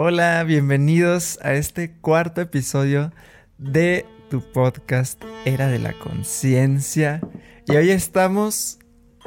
Hola, bienvenidos a este cuarto episodio de tu podcast Era de la Conciencia. Y hoy estamos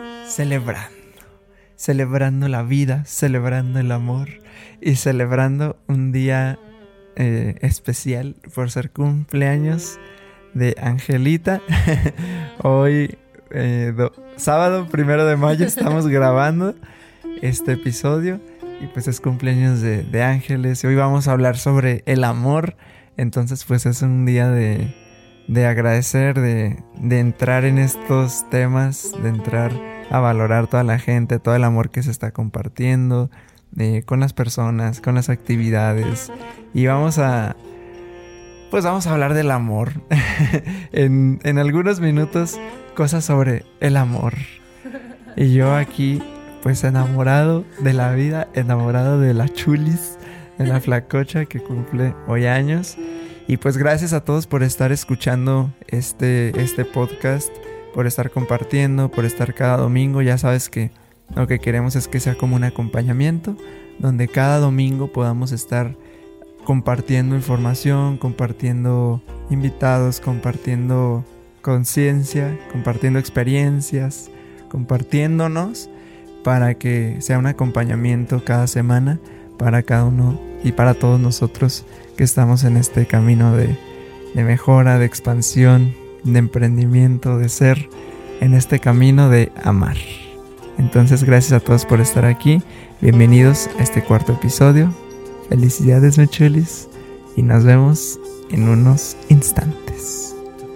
celebrando la vida, celebrando el amor y celebrando un día especial por ser cumpleaños de Angelita. Hoy, sábado 1 de mayo, estamos grabando este episodio. Y pues es cumpleaños de Ángeles. Y hoy vamos a hablar sobre el amor. Entonces pues es un día de agradecer, de entrar en estos temas, de entrar a valorar toda la gente, todo el amor que se está compartiendo con las personas, con las actividades. Y vamos a hablar del amor. en algunos minutos, cosas sobre el amor. Y yo aquí, pues enamorado de la vida, enamorado de la chulis, de la flacocha que cumple hoy años. Y pues gracias a todos por estar escuchando este podcast, por estar compartiendo, por estar cada domingo. Ya sabes que lo que queremos es que sea como un acompañamiento, donde cada domingo podamos estar compartiendo información, compartiendo invitados, compartiendo conciencia, compartiendo experiencias, compartiéndonos, para que sea un acompañamiento cada semana para cada uno y para todos nosotros que estamos en este camino de mejora, de expansión, de emprendimiento, de ser, en este camino de amar. Entonces, gracias a todos por estar aquí. Bienvenidos a este cuarto episodio. Felicidades, mi chulis, y nos vemos en unos instantes.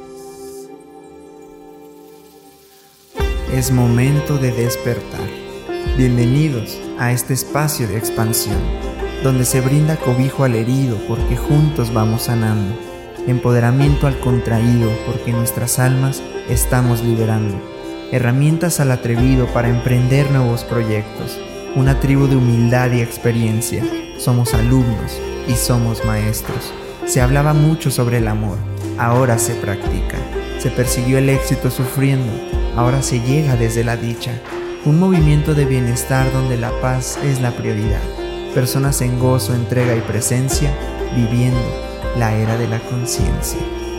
Es momento de despertar. Bienvenidos a este espacio de expansión, donde se brinda cobijo al herido porque juntos vamos sanando, empoderamiento al contraído porque nuestras almas estamos liberando, herramientas al atrevido para emprender nuevos proyectos, una tribu de humildad y experiencia. Somos alumnos y somos maestros. Se hablaba mucho sobre el amor, ahora se practica. Se persiguió el éxito sufriendo, ahora se llega desde la dicha. Un movimiento de bienestar donde la paz es la prioridad. Personas en gozo, entrega y presencia, viviendo la era de la conciencia.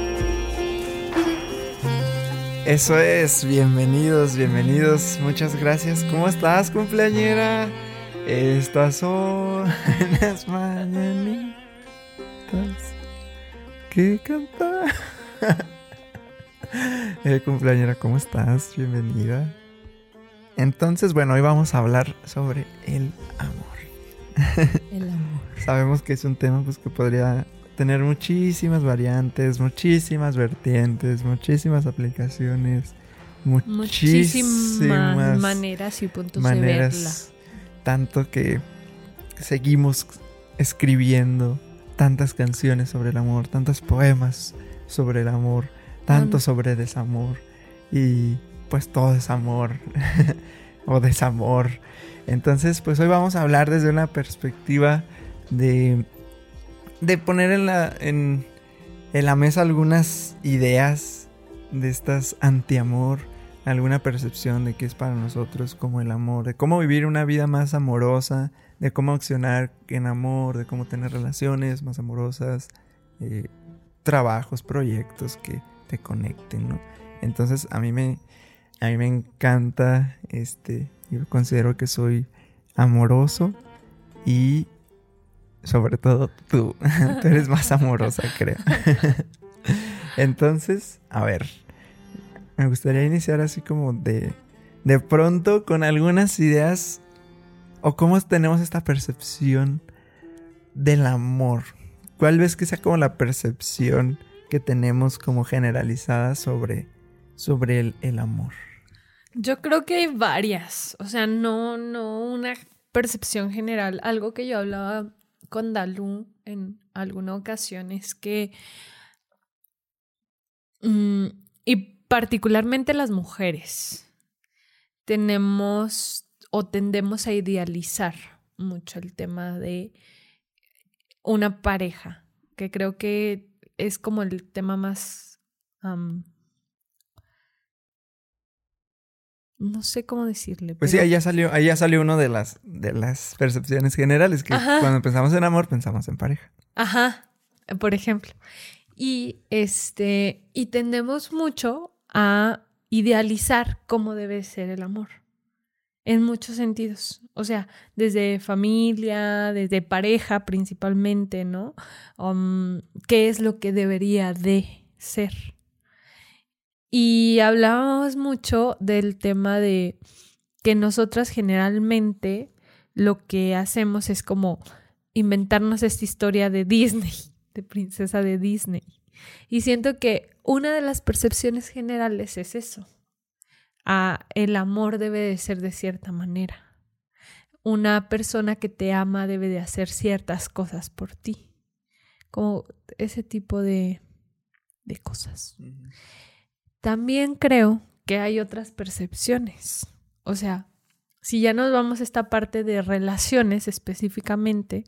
Eso es, bienvenidos. Muchas gracias. ¿Cómo estás, cumpleañera? Estas son las mañanitas que canta. Cumpleañera, ¿cómo estás? Bienvenida. Entonces, bueno, hoy vamos a hablar sobre el amor. El amor. Sabemos que es un tema pues que podría tener muchísimas variantes, muchísimas vertientes, muchísimas aplicaciones, muchísimas maneras y puntos de verla. Tanto que seguimos escribiendo tantas canciones sobre el amor, tantos poemas sobre el amor, tanto sobre desamor, y pues todo es amor o desamor. Entonces pues hoy vamos a hablar desde una perspectiva de poner en la mesa algunas ideas de estas anti-amor, alguna percepción de qué es para nosotros como el amor, de cómo vivir una vida más amorosa, de cómo accionar en amor, de cómo tener relaciones más amorosas, trabajos, proyectos que te conecten, ¿no? Entonces a mí me encanta, yo considero que soy amoroso y sobre todo tú eres más amorosa, creo. Entonces, a ver, me gustaría iniciar así como de pronto con algunas ideas o cómo tenemos esta percepción del amor. ¿Cuál ves que sea como la percepción que tenemos como generalizada sobre el amor? Yo creo que hay varias, o sea, no una percepción general. Algo que yo hablaba con Dalu en alguna ocasión es que, y particularmente las mujeres, tenemos o tendemos a idealizar mucho el tema de una pareja, que creo que es como el tema más no sé cómo decirle. Pues pero... sí, ahí ya salió una de las percepciones generales, que Ajá. cuando pensamos en amor, pensamos en pareja. Ajá, por ejemplo. Y tendemos mucho a idealizar cómo debe ser el amor. En muchos sentidos. O sea, desde familia, desde pareja principalmente, ¿no? ¿Qué es lo que debería de ser? Y hablábamos mucho del tema de que nosotras generalmente lo que hacemos es como inventarnos esta historia de Disney, de princesa de Disney. Y siento que una de las percepciones generales es eso. El amor debe de ser de cierta manera. Una persona que te ama debe de hacer ciertas cosas por ti. Como ese tipo de cosas. Uh-huh. También creo que hay otras percepciones. O sea, si ya nos vamos a esta parte de relaciones específicamente,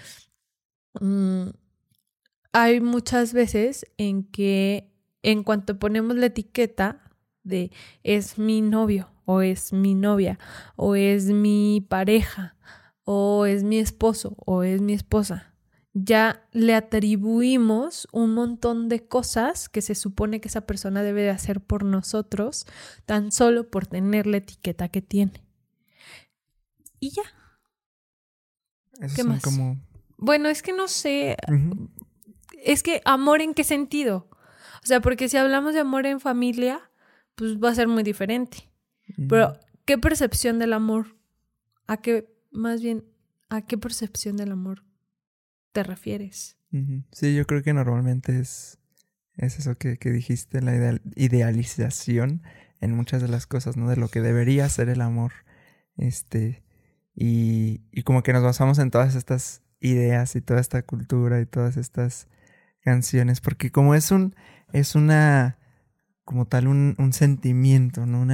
hay muchas veces en que en cuanto ponemos la etiqueta de es mi novio o es mi novia o es mi pareja o es mi esposo o es mi esposa, ya le atribuimos un montón de cosas que se supone que esa persona debe de hacer por nosotros tan solo por tener la etiqueta que tiene. Y ya. Esos ¿Qué son más? Como... Bueno, es que no sé. Uh-huh. Es que amor ¿en qué sentido? O sea, porque si hablamos de amor en familia, pues va a ser muy diferente. Uh-huh. Pero, ¿qué percepción del amor? ¿A qué percepción del amor te refieres? Uh-huh. Sí, yo creo que normalmente es eso que dijiste, la idealización en muchas de las cosas, ¿no? De lo que debería ser el amor. Y como que nos basamos en todas estas ideas y toda esta cultura y todas estas canciones, porque como es una como tal un sentimiento, ¿no?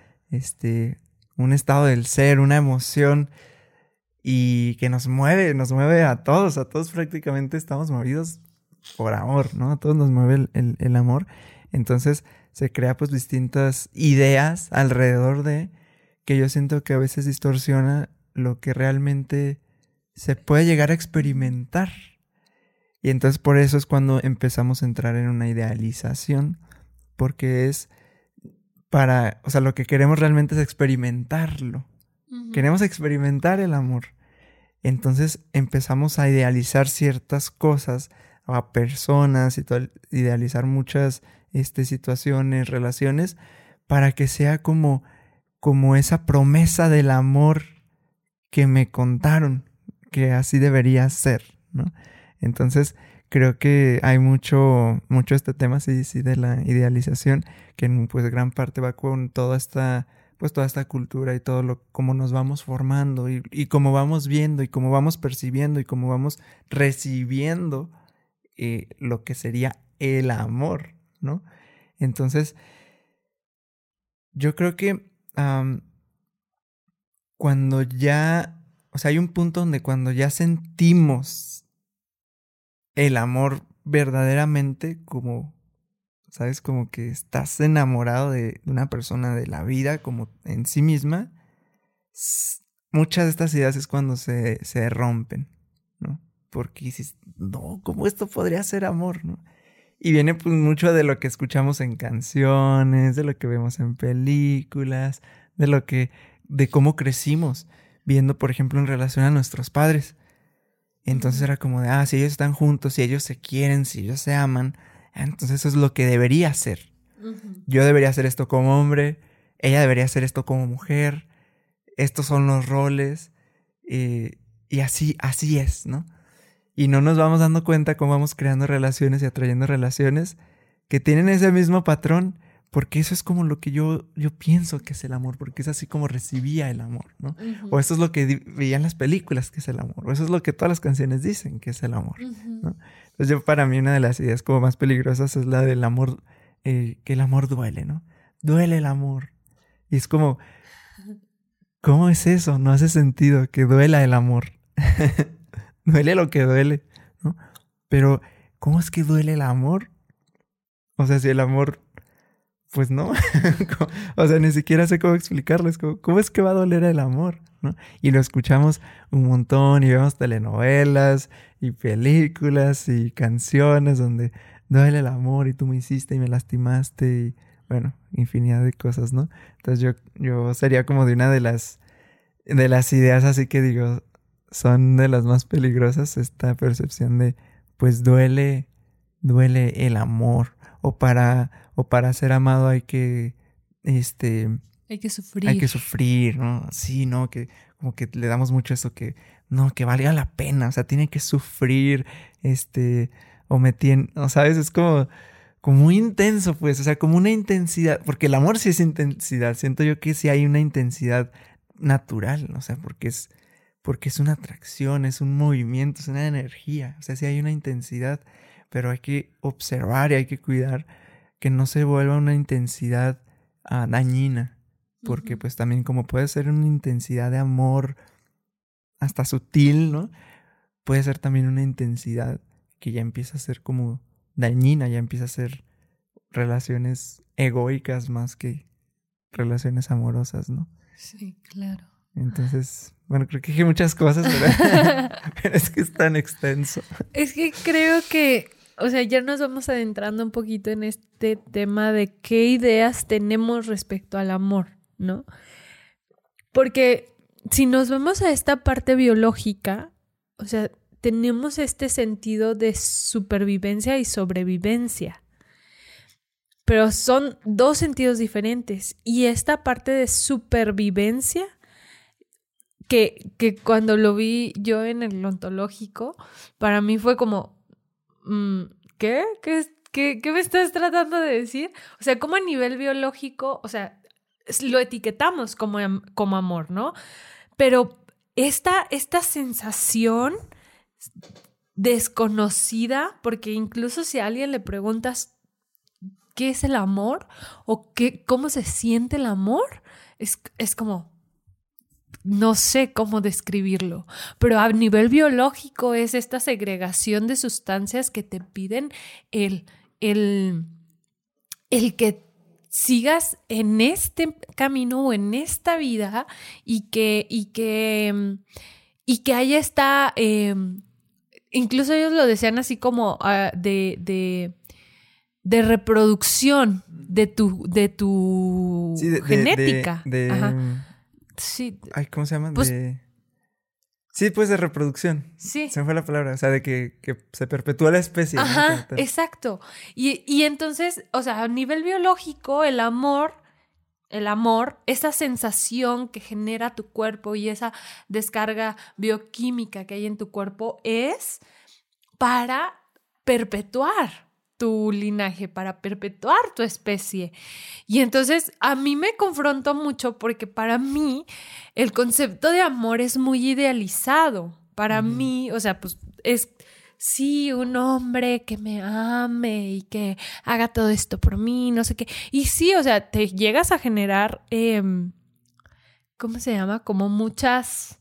Un estado del ser, una emoción, y que nos mueve a todos prácticamente estamos movidos por amor, ¿no? A todos nos mueve el amor. Entonces se crea pues distintas ideas alrededor de, que yo siento que a veces distorsiona lo que realmente se puede llegar a experimentar. Y entonces por eso es cuando empezamos a entrar en una idealización, porque es o sea, lo que queremos realmente es experimentarlo. Uh-huh. Queremos experimentar el amor. Entonces empezamos a idealizar ciertas cosas, a personas y todo, idealizar muchas situaciones, relaciones, para que sea como esa promesa del amor que me contaron, que así debería ser, ¿no? Entonces creo que hay mucho este tema, sí, de la idealización, que pues gran parte va con toda esta cultura y todo cómo nos vamos formando y cómo vamos viendo y cómo vamos percibiendo y cómo vamos recibiendo lo que sería el amor, ¿no? Entonces, yo creo que cuando ya, o sea, hay un punto donde cuando ya sentimos el amor verdaderamente, como, ¿sabes? Como que estás enamorado de una persona, de la vida, como en sí misma, muchas de estas ideas es cuando se rompen, ¿no? Porque dices, no, ¿cómo esto podría ser amor, no? Y viene pues mucho de lo que escuchamos en canciones, de lo que vemos en películas, de cómo crecimos viendo, por ejemplo, en relación a nuestros padres. Entonces era como de, si ellos están juntos, si ellos se quieren, si ellos se aman, entonces eso es lo que debería ser. Uh-huh. Yo debería hacer esto como hombre, ella debería hacer esto como mujer, estos son los roles, y así es, ¿no? Y no nos vamos dando cuenta cómo vamos creando relaciones y atrayendo relaciones que tienen ese mismo patrón, porque eso es como lo que yo pienso que es el amor, porque es así como recibía el amor, ¿no? Uh-huh. O eso es lo que veían las películas que es el amor, o eso es lo que todas las canciones dicen que es el amor, uh-huh. ¿no? Entonces para mí una de las ideas como más peligrosas es la del amor, que el amor duele, ¿no? Duele el amor. Y es como, ¿cómo es eso? No hace sentido que duela el amor. Duele lo que duele, ¿no? Pero, ¿cómo es que duele el amor? O sea, si el amor pues no. O sea, ni siquiera sé cómo explicarles. ¿Cómo es que va a doler el amor? ¿No? Y lo escuchamos un montón y vemos telenovelas y películas y canciones donde duele el amor y tú me hiciste y me lastimaste y bueno, infinidad de cosas, ¿no? Entonces yo sería como de una de las ideas así que digo, son de las más peligrosas, esta percepción de pues duele el amor o para ser amado hay que hay que sufrir, ¿no? Sí, ¿no? Que como que le damos mucho eso que no, que valga la pena, o sea, tiene que sufrir, o sabes, es como muy intenso, pues, o sea, como una intensidad, porque el amor sí es intensidad, siento yo que sí hay una intensidad natural, o sea, porque es una atracción, es un movimiento, es una energía, o sea, sí hay una intensidad, pero hay que observar y hay que cuidar que no se vuelva una intensidad dañina, porque pues también como puede ser una intensidad de amor hasta sutil, ¿no? Puede ser también una intensidad que ya empieza a ser como dañina, ya empieza a ser relaciones egoicas más que relaciones amorosas, ¿no? Sí, claro. Entonces, bueno, creo que hay muchas cosas, pero es que es tan extenso. Es que creo que, o sea, ya nos vamos adentrando un poquito en este tema de qué ideas tenemos respecto al amor, ¿no? Porque si nos vemos a esta parte biológica, o sea, tenemos este sentido de supervivencia y sobrevivencia. Pero son dos sentidos diferentes. Y esta parte de supervivencia, que cuando lo vi yo en el ontológico, para mí fue como, ¿qué? ¿Qué me estás tratando de decir? O sea, como a nivel biológico, o sea, lo etiquetamos como amor, ¿no? Pero esta sensación desconocida, porque incluso si a alguien le preguntas qué es el amor o cómo se siente el amor, es como, no sé cómo describirlo, pero a nivel biológico es esta segregación de sustancias que te piden el que sigas en este camino o en esta vida y que haya esta, incluso ellos lo decían así como de reproducción de tu sí, genética. Ajá. Sí. Ay, ¿cómo se llama? Pues, sí, pues de reproducción. Sí. Se me fue la palabra. O sea, de que se perpetúa la especie. Ajá, ¿no? Exacto. Y entonces, o sea, a nivel biológico, el amor, esa sensación que genera tu cuerpo y esa descarga bioquímica que hay en tu cuerpo es para perpetuar tu linaje, para perpetuar tu especie. Y entonces a mí me confrontó mucho porque para mí el concepto de amor es muy idealizado. Para mí, o sea, pues es sí, un hombre que me ame y que haga todo esto por mí, no sé qué. Y sí, o sea, te llegas a generar, ¿cómo se llama? Como muchas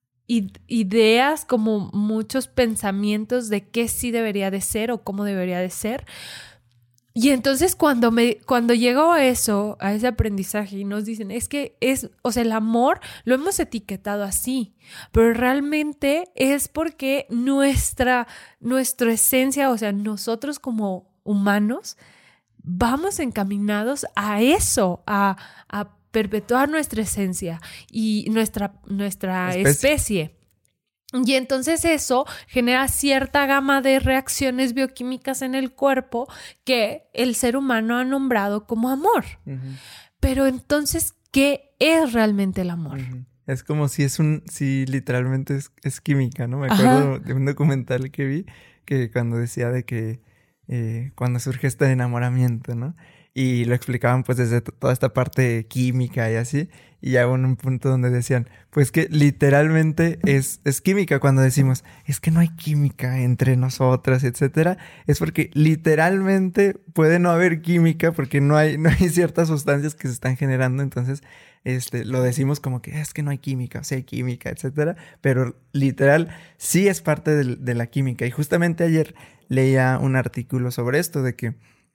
ideas, como muchos pensamientos de qué sí debería de ser o cómo debería de ser. Y entonces cuando llegó a eso, a ese aprendizaje y nos dicen, o sea, el amor lo hemos etiquetado así, pero realmente es porque nuestra esencia, o sea, nosotros como humanos, vamos encaminados a eso, a perpetuar nuestra esencia y nuestra especie. Y entonces eso genera cierta gama de reacciones bioquímicas en el cuerpo que el ser humano ha nombrado como amor. Uh-huh. Pero entonces, ¿qué es realmente el amor? Uh-huh. Es como si literalmente es química, ¿no? Me acuerdo de un documental que vi que cuando decía de que cuando surge este enamoramiento, ¿no? Y lo explicaban pues desde toda esta parte química y así. Y ya hubo un punto donde decían, pues que literalmente es química cuando decimos, es que no hay química entre nosotras, etcétera. Es porque literalmente puede no haber química porque no hay ciertas sustancias que se están generando. Entonces lo decimos como que es que no hay química, o sea, hay química, etcétera. Pero literal sí es parte de la química. Y justamente ayer leía un artículo sobre esto de que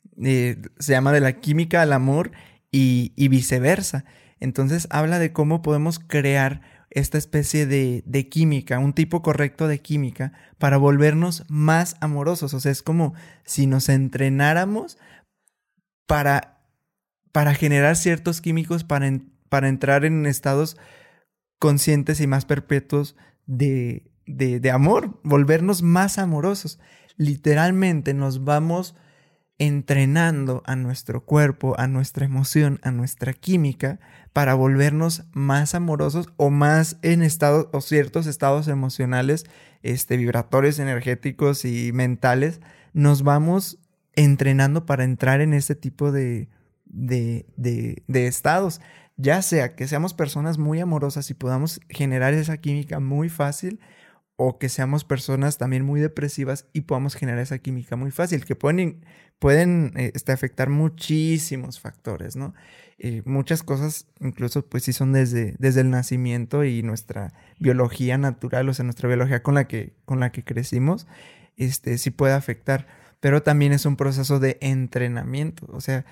se llama De la química al amor y viceversa. Entonces habla de cómo podemos crear esta especie de química, un tipo correcto de química para volvernos más amorosos. O sea, es como si nos entrenáramos para generar ciertos químicos para entrar en estados conscientes y más perpetuos de amor, volvernos más amorosos. Literalmente nos vamos entrenando a nuestro cuerpo, a nuestra emoción, a nuestra química para volvernos más amorosos o más en estados o ciertos estados emocionales, vibratorios, energéticos y mentales. Nos vamos entrenando para entrar en este tipo de estados, ya sea que seamos personas muy amorosas y podamos generar esa química muy fácil, o que seamos personas también muy depresivas y podamos generar esa química muy fácil, que pueden afectar muchísimos factores, ¿no? Muchas cosas incluso pues sí son desde el nacimiento y nuestra biología natural, o sea, nuestra biología con la que crecimos, sí puede afectar, pero también es un proceso de entrenamiento, o sea,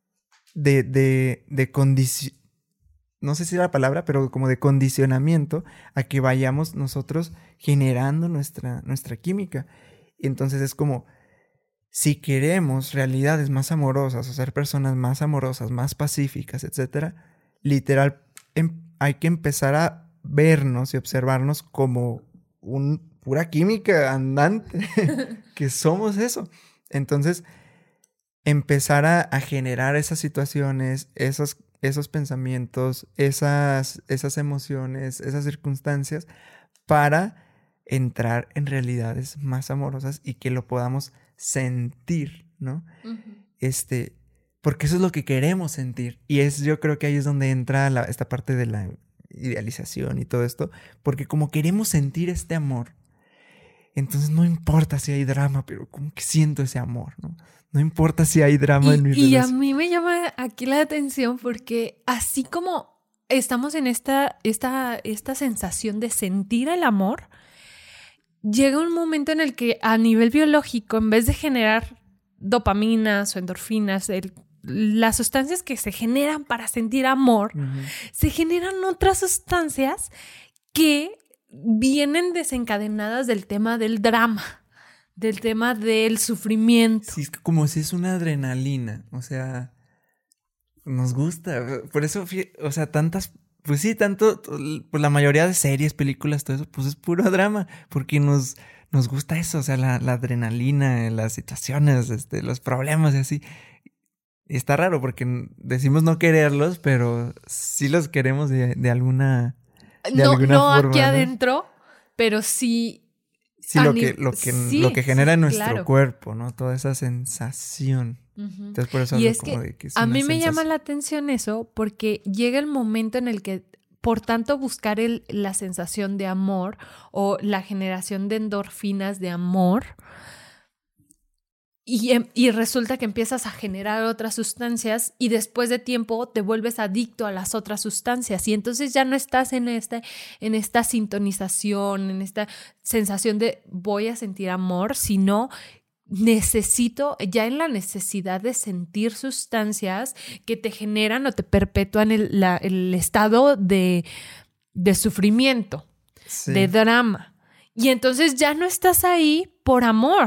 de condición, no sé si es la palabra, pero como de condicionamiento a que vayamos nosotros generando nuestra química. Y entonces es como, si queremos realidades más amorosas o ser personas más amorosas, más pacíficas, etcétera, literal, hay que empezar a vernos y observarnos como pura química andante, que somos eso. Entonces, empezar a generar esas situaciones, esos pensamientos, esas emociones, esas circunstancias para entrar en realidades más amorosas y que lo podamos sentir, ¿no? Uh-huh. Porque eso es lo que queremos sentir. Y yo creo que ahí es donde entra esta parte de la idealización y todo esto, porque como queremos sentir este amor, entonces no importa si hay drama, pero como que siento ese amor, ¿no? No importa si hay drama en mi relación. Y a mí me llama aquí la atención porque así como estamos en esta sensación de sentir el amor, llega un momento en el que a nivel biológico, en vez de generar dopaminas o endorfinas, las sustancias que se generan para sentir amor, uh-huh, se generan otras sustancias que vienen desencadenadas del tema del drama, del tema del sufrimiento. Sí, es como si es una adrenalina, o sea, nos gusta, por eso, o sea, pues sí, pues la mayoría de series, películas, todo eso, pues es puro drama, porque nos gusta eso, o sea, la adrenalina, las situaciones, los problemas y así. Y está raro porque decimos no quererlos, pero sí los queremos de alguna forma. No aquí adentro, pero sí. Sí, lo que genera en nuestro cuerpo, ¿no? Toda esa sensación. Uh-huh. Entonces, por eso hablo como de que es a mí me llama la atención eso, porque llega el momento en el que, por tanto, buscar la sensación de amor o la generación de endorfinas de amor, y resulta que empiezas a generar otras sustancias y después de tiempo te vuelves adicto a las otras sustancias y entonces ya no estás en esta sintonización, en esta sensación de voy a sentir amor, sino necesito, ya en la necesidad de sentir sustancias que te generan o te perpetúan el estado de sufrimiento, sí, de drama. Y entonces ya no estás ahí por amor,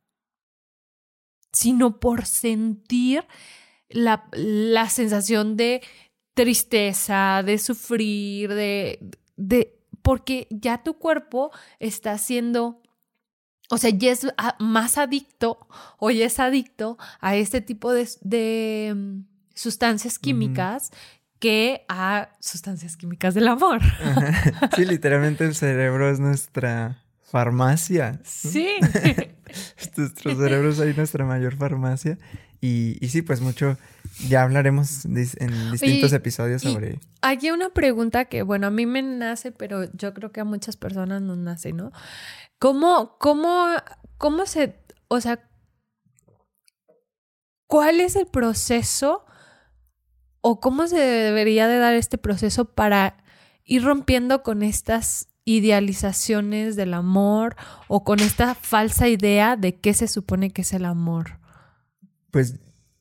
sino por sentir la sensación de tristeza, de sufrir, porque ya tu cuerpo está siendo, o sea, ya es más adicto o ya es adicto a este tipo de sustancias químicas, uh-huh, que a sustancias químicas del amor. Sí, literalmente el cerebro es nuestra farmacia. Sí. Nuestros cerebros hay nuestra mayor farmacia. Y sí, pues mucho, ya hablaremos en distintos episodios sobre... Hay una pregunta que, bueno, a mí me nace, pero yo creo que a muchas personas no nace, ¿no? ¿Cómo se... O sea, ¿cuál es el proceso o cómo se debería de dar este proceso para ir rompiendo con estas idealizaciones del amor o con esta falsa idea de qué se supone que es el amor? Pues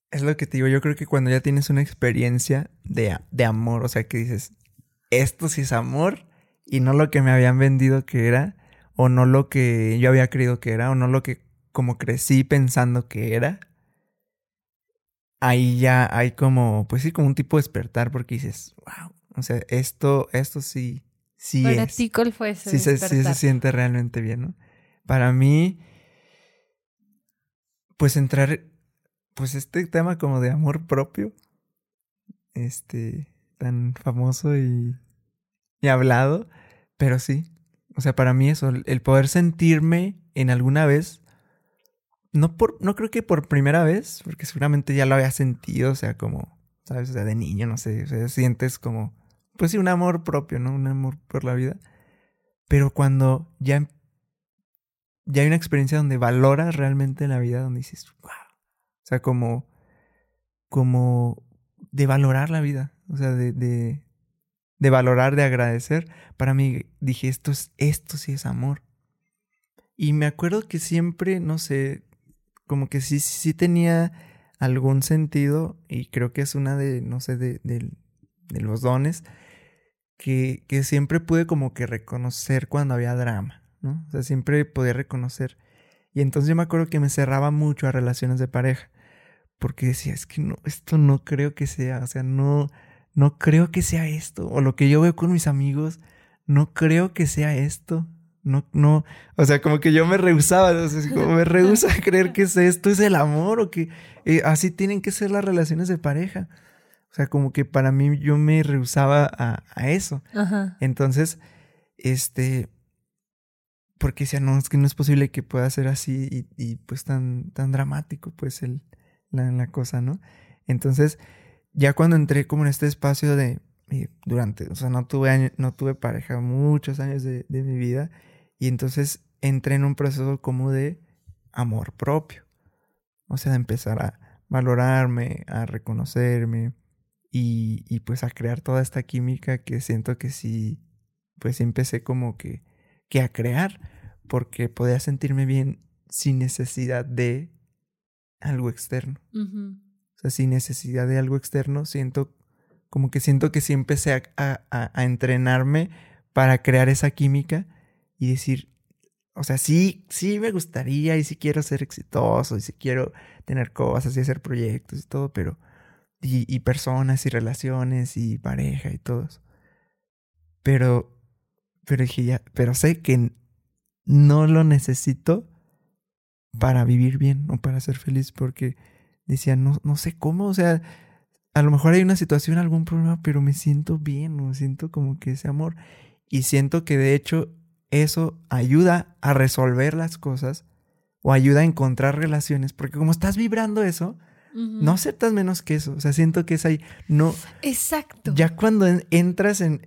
Es lo que te digo, yo creo que cuando ya tienes una experiencia de amor, o sea, que dices, esto sí es amor y no lo que me habían vendido que era, o no lo que yo había creído que era, o no lo que como crecí pensando que era, ahí ya hay como, pues sí, como un tipo de despertar porque dices, wow, o sea, esto sí Para es. ti, ¿cuál fue ese Sí se despertar? siente realmente bien, ¿no? Para mí, pues entrar, pues este tema como de amor propio, tan famoso y hablado, pero sí, o sea, para mí eso, el poder sentirme en alguna vez, no creo que por primera vez, porque seguramente ya lo había sentido, o sea, como, ¿sabes? O sea, de niño, no sé, o sea, sientes como, pues sí, un amor propio, ¿no? Un amor por la vida, pero cuando ya hay una experiencia donde valoras realmente la vida, donde dices, wow, o sea, como de valorar la vida, o sea, de valorar, de agradecer. Para mí dije, esto sí es amor. Y me acuerdo que siempre, no sé, como que sí tenía algún sentido, y creo que es una de, no sé, de los dones, que siempre pude como que reconocer cuando había drama, ¿no? O sea, siempre podía reconocer. Y entonces yo me acuerdo que me cerraba mucho a relaciones de pareja, porque decía, es que no, esto no creo que sea, o sea, no creo que sea esto, o lo que yo veo con mis amigos, no creo que sea esto, no, o sea, como que yo me rehusaba, o sea, como me rehúso a creer que esto es el amor, o que así tienen que ser las relaciones de pareja, o sea, como que para mí yo me rehusaba a eso. Ajá. Entonces, porque decía, no, es que no es posible que pueda ser así y pues tan dramático, pues la cosa, ¿no? Entonces, ya cuando entré como en este espacio de, o sea, no tuve pareja muchos años de mi vida, y entonces entré en un proceso como de amor propio, o sea, de empezar a valorarme, a reconocerme y pues a crear toda esta química que siento que sí, pues sí empecé como que a crear, porque podía sentirme bien sin necesidad de algo externo. Uh-huh. O sea, sin necesidad de algo externo, siento que sí empecé a entrenarme para crear esa química y decir, o sea, sí me gustaría y sí quiero ser exitoso y sí quiero tener cosas y hacer proyectos y todo, pero y personas y relaciones y pareja y todo eso. Pero dije ya, pero sé que no lo necesito para vivir bien o para ser feliz, porque decía, no sé cómo, o sea, a lo mejor hay una situación, algún problema, pero me siento bien, o siento como que ese amor. Y siento que de hecho eso ayuda a resolver las cosas o ayuda a encontrar relaciones, porque como estás vibrando eso, Uh-huh. no aceptas menos que eso. O sea, siento que es ahí, no. Exacto. Ya cuando entras en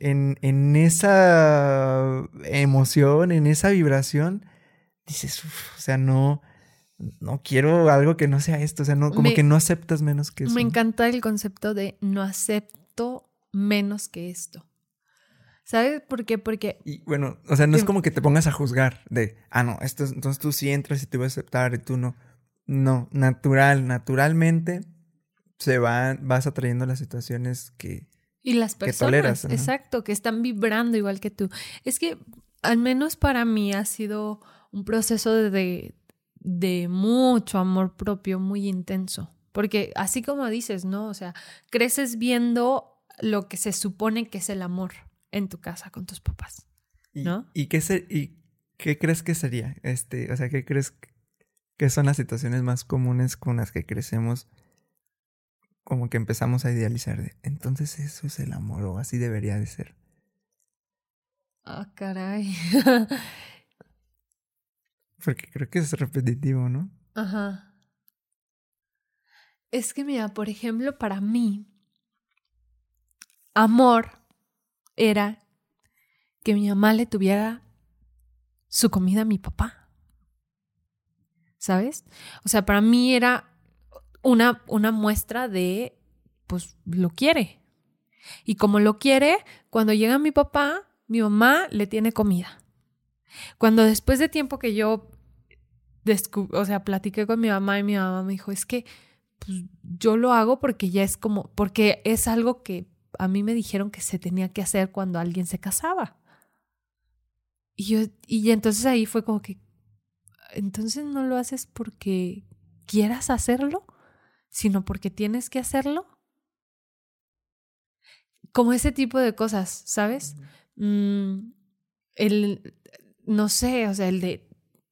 esa emoción, en esa vibración, dices, o sea, no quiero algo que no sea esto, o sea, no, como que no aceptas menos que eso. Me encanta el concepto de no acepto menos que esto. ¿Sabes por qué? Porque... Y bueno, o sea, no es como que te pongas a juzgar de, no, entonces tú sí entras y te voy a aceptar y tú no. No, naturalmente vas atrayendo las situaciones que... Y las personas, que toleras, exacto, que están vibrando igual que tú. Es que al menos para mí ha sido un proceso de mucho amor propio muy intenso. Porque así como dices, ¿no? O sea, creces viendo lo que se supone que es el amor en tu casa con tus papás, ¿no? ¿Y qué crees que sería? O sea, ¿qué crees que son las situaciones más comunes con las que crecemos? Como que empezamos a idealizar. Entonces eso es el amor, o así debería de ser. Ah, caray. Porque creo que es repetitivo, ¿no? Ajá. Es que mira, por ejemplo, para mí, amor era que mi mamá le tuviera su comida a mi papá. ¿Sabes? O sea, para mí era una muestra de, pues, lo quiere. Y como lo quiere, cuando llega mi papá, mi mamá le tiene comida. Cuando después de tiempo que yo, platiqué con mi mamá y mi mamá me dijo, es que pues yo lo hago porque ya es como, porque es algo que a mí me dijeron que se tenía que hacer cuando alguien se casaba. Y entonces ahí fue como que, entonces no lo haces porque quieras hacerlo, sino porque tienes que hacerlo. Como ese tipo de cosas, ¿sabes? No sé, o sea, el de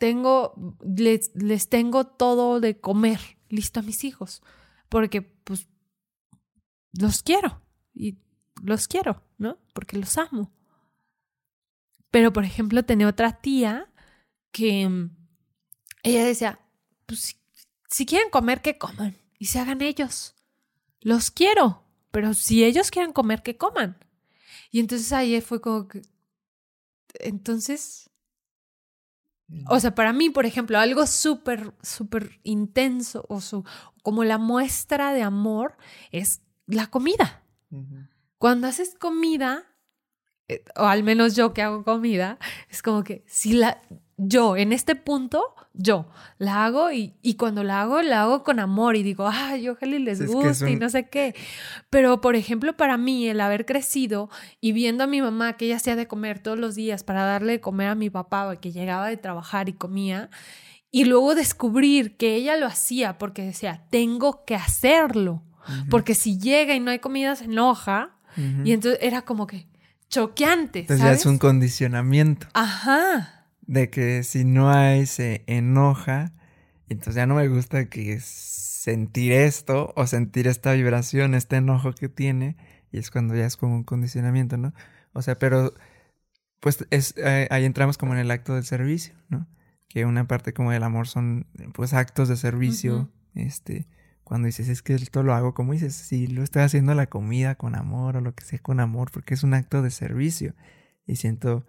les tengo todo de comer listo a mis hijos, porque pues los quiero y los quiero, ¿no? Porque los amo. Pero, por ejemplo, tenía otra tía que ella decía, pues si quieren comer, que coman y se hagan ellos. Los quiero, pero si ellos quieren comer, que coman. Y entonces ahí fue como que, entonces, o sea, para mí, por ejemplo, algo súper, súper intenso como la muestra de amor es la comida. Uh-huh. Cuando haces comida, o al menos yo que hago comida, es como que yo en este punto, yo la hago y cuando la hago con amor y digo, ay, ojalá les guste y no sé qué. Pero, por ejemplo, para mí, el haber crecido y viendo a mi mamá que ella hacía de comer todos los días para darle de comer a mi papá, que llegaba de trabajar y comía, y luego descubrir que ella lo hacía porque decía, tengo que hacerlo, uh-huh. Porque si llega y no hay comida se enoja, uh-huh. Y entonces era como que choqueante, entonces ¿sabes? Ya es un condicionamiento. Ajá. De que si no hay, se enoja. Entonces ya no me gusta que sentir esto o sentir esta vibración, este enojo que tiene. Y es cuando ya es como un condicionamiento, ¿no? O sea, pero pues ahí entramos como en el acto del servicio, ¿no? Que una parte como del amor son pues actos de servicio. Uh-huh. Cuando dices, es que esto lo hago, como dices, si lo estoy haciendo la comida con amor o lo que sea con amor, porque es un acto de servicio. Y siento,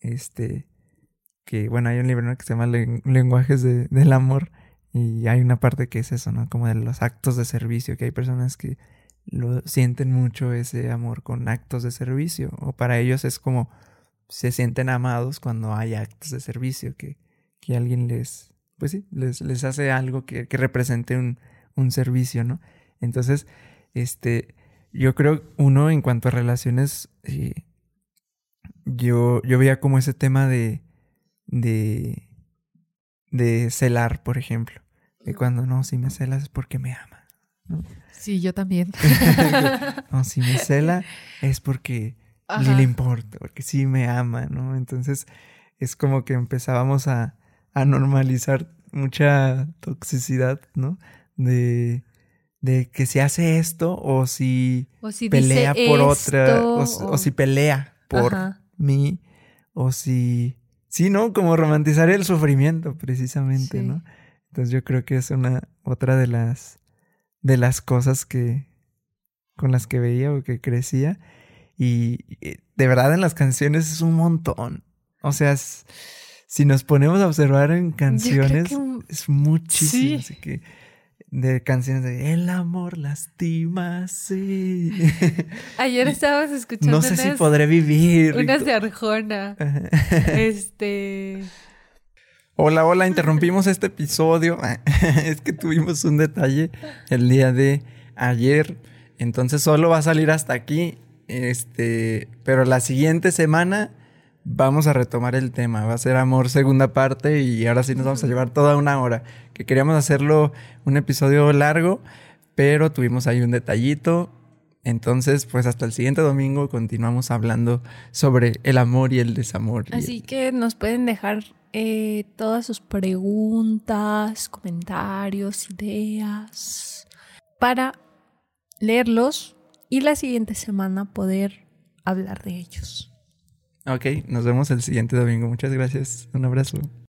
que, bueno, hay un libro, ¿no?, que se llama Lenguajes del Amor, y hay una parte que es eso, ¿no? Como de los actos de servicio, que hay personas que lo sienten mucho ese amor con actos de servicio, o para ellos es como se sienten amados cuando hay actos de servicio, que alguien les hace algo que represente un servicio, ¿no? Entonces, yo creo, uno, en cuanto a relaciones, yo veía como ese tema de celar, por ejemplo. De cuando, no, si me celas es porque me ama, ¿no? Sí, yo también. No, si me cela es porque ni le importa, porque sí me ama, ¿no? Entonces es como que empezábamos a normalizar mucha toxicidad, ¿no? De que si hace esto o si pelea por otra, o si pelea por mí, o si... Sí, ¿no? Como romantizar el sufrimiento, precisamente, sí. ¿No? Entonces yo creo que es otra de las cosas con las que veía o que crecía. Y de verdad en las canciones es un montón. O sea, si nos ponemos a observar en canciones, es muchísimo. Sí. Así que de canciones de el amor lastima, sí. Ayer estábamos escuchando no sé si podré vivir. Unas de Arjona. Hola, interrumpimos este episodio. Es que tuvimos un detalle el día de ayer. Entonces solo va a salir hasta aquí. Pero la siguiente semana vamos a retomar el tema. Va a ser amor segunda parte y ahora sí nos vamos a llevar toda una hora. Que queríamos hacerlo un episodio largo, pero tuvimos ahí un detallito. Entonces, pues hasta el siguiente domingo continuamos hablando sobre el amor y el desamor. Así que nos pueden dejar todas sus preguntas, comentarios, ideas para leerlos y la siguiente semana poder hablar de ellos. Ok, nos vemos el siguiente domingo. Muchas gracias. Un abrazo.